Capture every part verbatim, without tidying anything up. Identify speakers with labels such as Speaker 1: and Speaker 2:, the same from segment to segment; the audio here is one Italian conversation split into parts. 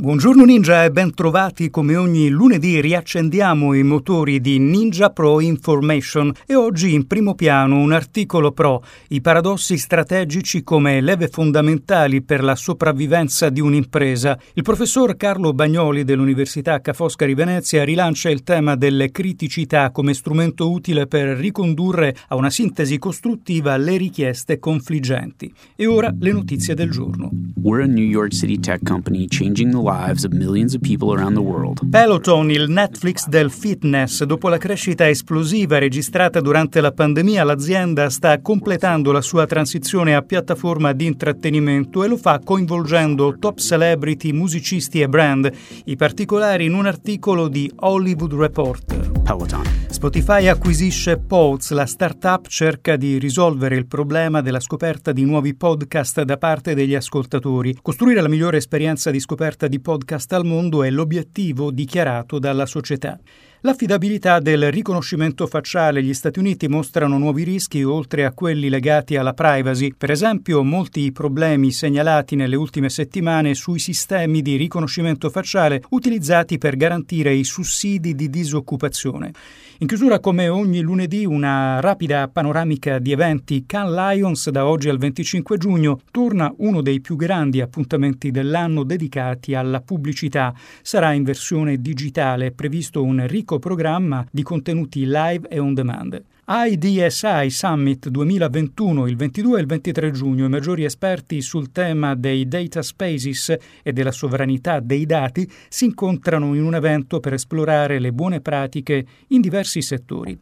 Speaker 1: Buongiorno Ninja e ben trovati. Come ogni lunedì riaccendiamo i motori di Ninja Pro Information e oggi in primo piano un articolo pro, i paradossi strategici come leve fondamentali per la sopravvivenza di un'impresa. Il professor Carlo Bagnoli dell'Università Ca' Foscari Venezia rilancia il tema delle criticità come strumento utile per ricondurre a una sintesi costruttiva le richieste confliggenti. E ora le notizie del giorno.
Speaker 2: We're a New York City tech company changing the lives of millions of people around the world.
Speaker 1: Peloton, il Netflix del fitness. Dopo la crescita esplosiva registrata durante la pandemia, l'azienda sta completando la sua transizione a piattaforma di intrattenimento e lo fa coinvolgendo top celebrity, musicisti e brand. I particolari in un articolo di Hollywood Reporter.
Speaker 2: Peloton.
Speaker 1: Spotify acquisisce Pulse, la startup cerca di risolvere il problema della scoperta di nuovi podcast da parte degli ascoltatori. Costruire la migliore esperienza di scoperta di podcast al mondo è l'obiettivo dichiarato dalla società. L'affidabilità del riconoscimento facciale. Gli Stati Uniti mostrano nuovi rischi oltre a quelli legati alla privacy. Per esempio, molti problemi segnalati nelle ultime settimane sui sistemi di riconoscimento facciale utilizzati per garantire i sussidi di disoccupazione. In chiusura, come ogni lunedì, una rapida panoramica di eventi. Cannes Lions da oggi al venticinque giugno torna uno dei più grandi appuntamenti dell'anno dedicati alla pubblicità. Sarà in versione digitale, previsto un ricco programma di contenuti live e on demand. I D S I Summit duemilaventuno il ventidue e il ventitré giugno. I maggiori esperti sul tema dei data spaces e della sovranità dei dati si incontrano in un evento per esplorare le buone pratiche in diversi settori.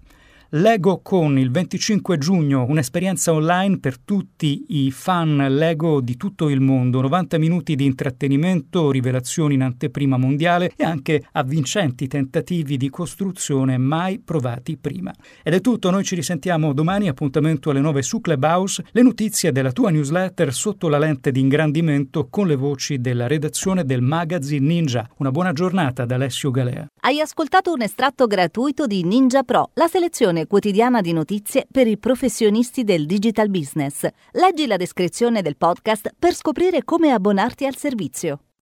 Speaker 1: LegoCon il venticinque giugno, un'esperienza online per tutti i fan Lego di tutto il mondo, novanta minuti di intrattenimento, rivelazioni in anteprima mondiale e anche avvincenti tentativi di costruzione mai provati prima. Ed è tutto, noi ci risentiamo domani, appuntamento alle nove su Clubhouse, le notizie della tua newsletter sotto la lente di ingrandimento con le voci della redazione del magazine Ninja. Una buona giornata da Alessio Galea.
Speaker 3: Hai ascoltato un estratto gratuito di Ninja Pro, la selezione quotidiana di notizie per i professionisti del digital business. Leggi la descrizione del podcast per scoprire come abbonarti al servizio.